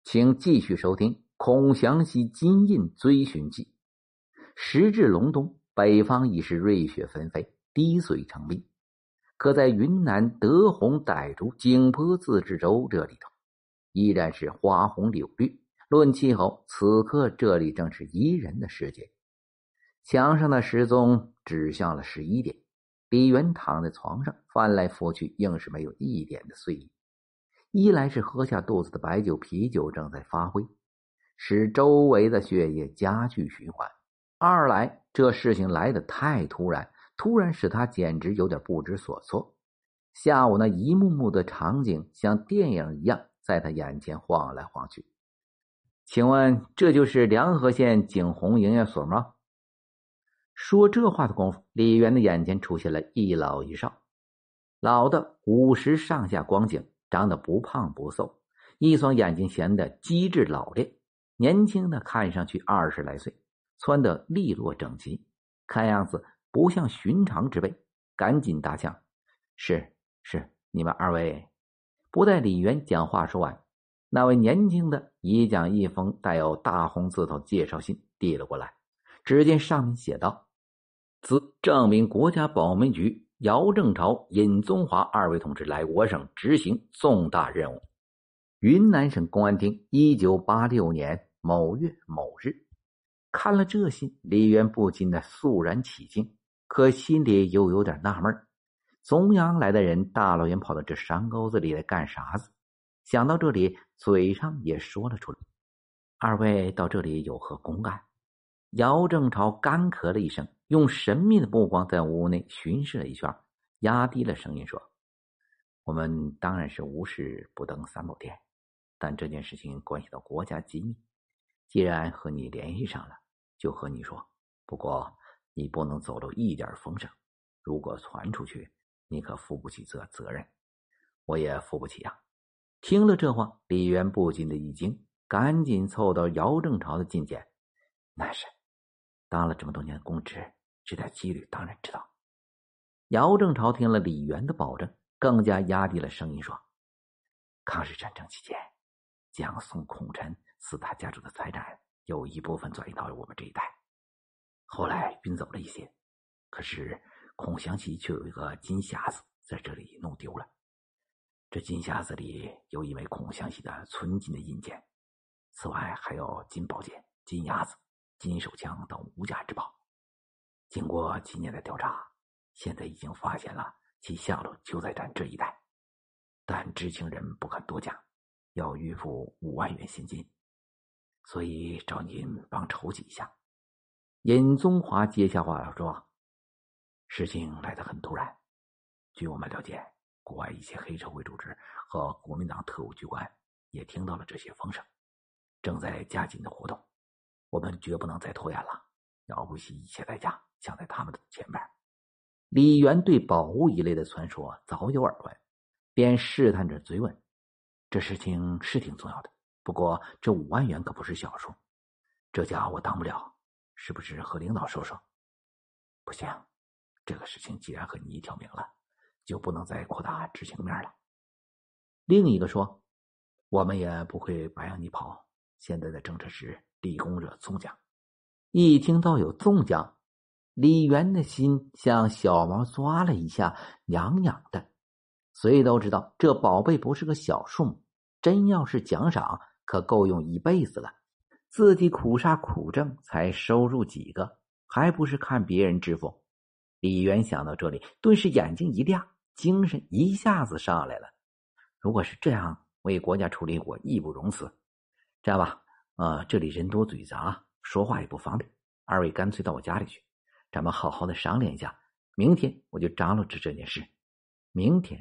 请继续收听孔祥熙金印追寻记。时至隆冬，北方已是瑞雪纷飞，滴水成冰。可在云南德宏傣族景颇自治州这里头，依然是花红柳绿。论气候，此刻这里正是宜人的时节。墙上的时钟指向了11点，李元躺在床上翻来覆去，硬是没有一点的睡意。一来是喝下肚子的白酒啤酒正在发挥，使周围的血液加剧循环；二来这事情来得太突然，突然使他简直有点不知所措。下午那一幕幕的场景像电影一样在他眼前晃来晃去。请问这就是凉河县景洪营业所吗？说这话的功夫，李元的眼前出现了一老一少。老的50上下光景，长得不胖不瘦，一双眼睛显得机智老练；年轻的看上去20来岁，穿得利落整齐，看样子不像寻常之辈。赶紧搭腔：是，你们二位。不待李元讲话说完，那位年轻的已将一封带有大红字头介绍信递了过来。只见上面写道：自证明国家保密局姚正朝、尹宗华2位同志来我省执行重大任务。云南省公安厅1986年某月某日。看了这信，李元不禁的肃然起敬，可心里又有点纳闷，中央来的人大老远跑到这山沟子里来干啥子？想到这里，嘴上也说了出来：二位到这里有何公干？姚正朝干咳了一声，用神秘的目光在屋内巡视了一圈，压低了声音说：我们当然是无事不登三宝殿，但这件事情关系到国家机密，既然和你联系上了，就和你说。不过你不能走漏一点风声，如果传出去，你可负不起这责任。我也负不起呀。听了这话，李元不禁的一惊，赶紧凑到姚正朝的近前。那是，当了这么多年公职，这点纪律当然知道。姚正朝听了李元的保证，更加压低了声音说：抗日战争期间，蒋宋孔陈4大家族的财产有一部分转移到了我们这一带，后来运走了一些，可是孔祥熙却有一个金匣子在这里弄丢了。这金匣子里有一枚孔祥熙的纯金的印鉴，此外还有金宝剑、金鸭子、金手枪等无价之宝。经过几年的调查，现在已经发现了其下落就在咱这一带，但知情人不肯多讲，要预付5万元现金，所以找您帮筹集一下。尹宗华接下话说：事情来得很突然，据我们了解，国外一些黑社会组织和国民党特务机关也听到了这些风声，正在加紧的活动，我们绝不能再拖延了，要不惜一切代价抢在他们的前面。李元对宝物一类的传说早有耳闻，便试探着追问：这事情是挺重要的，不过这5万元可不是小数，这家我当不了，是不是和领导说说？不行，这个事情既然和你一条命了，就不能再扩大知情面了。另一个说：我们也不会白让你跑，现在的政策是立功者中奖。一听到有中奖，李元的心像小毛抓了一下，痒痒的。谁都知道这宝贝不是个小数目，真要是奖赏，可够用一辈子了。自己苦杀苦挣才收入几个，还不是看别人致富。李元想到这里，顿时眼睛一亮，精神一下子上来了。如果是这样，为国家出力，我义不容辞。这样吧，这里人多嘴杂，说话也不方便，二位干脆到我家里去，咱们好好的商量一下，明天我就张罗着这件事。明天。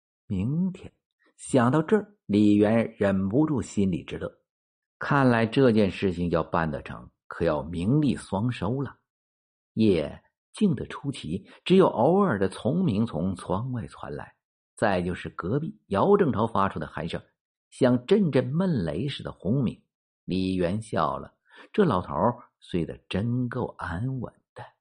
想到这儿，李元忍不住心里直乐。看来这件事情要办得成，可要名利双收了。夜静得出奇，只有偶尔的虫鸣从窗外传来，再就是隔壁姚正朝发出的鼾声，像阵阵闷雷似的轰鸣。李元笑了，这老头睡得真够安稳。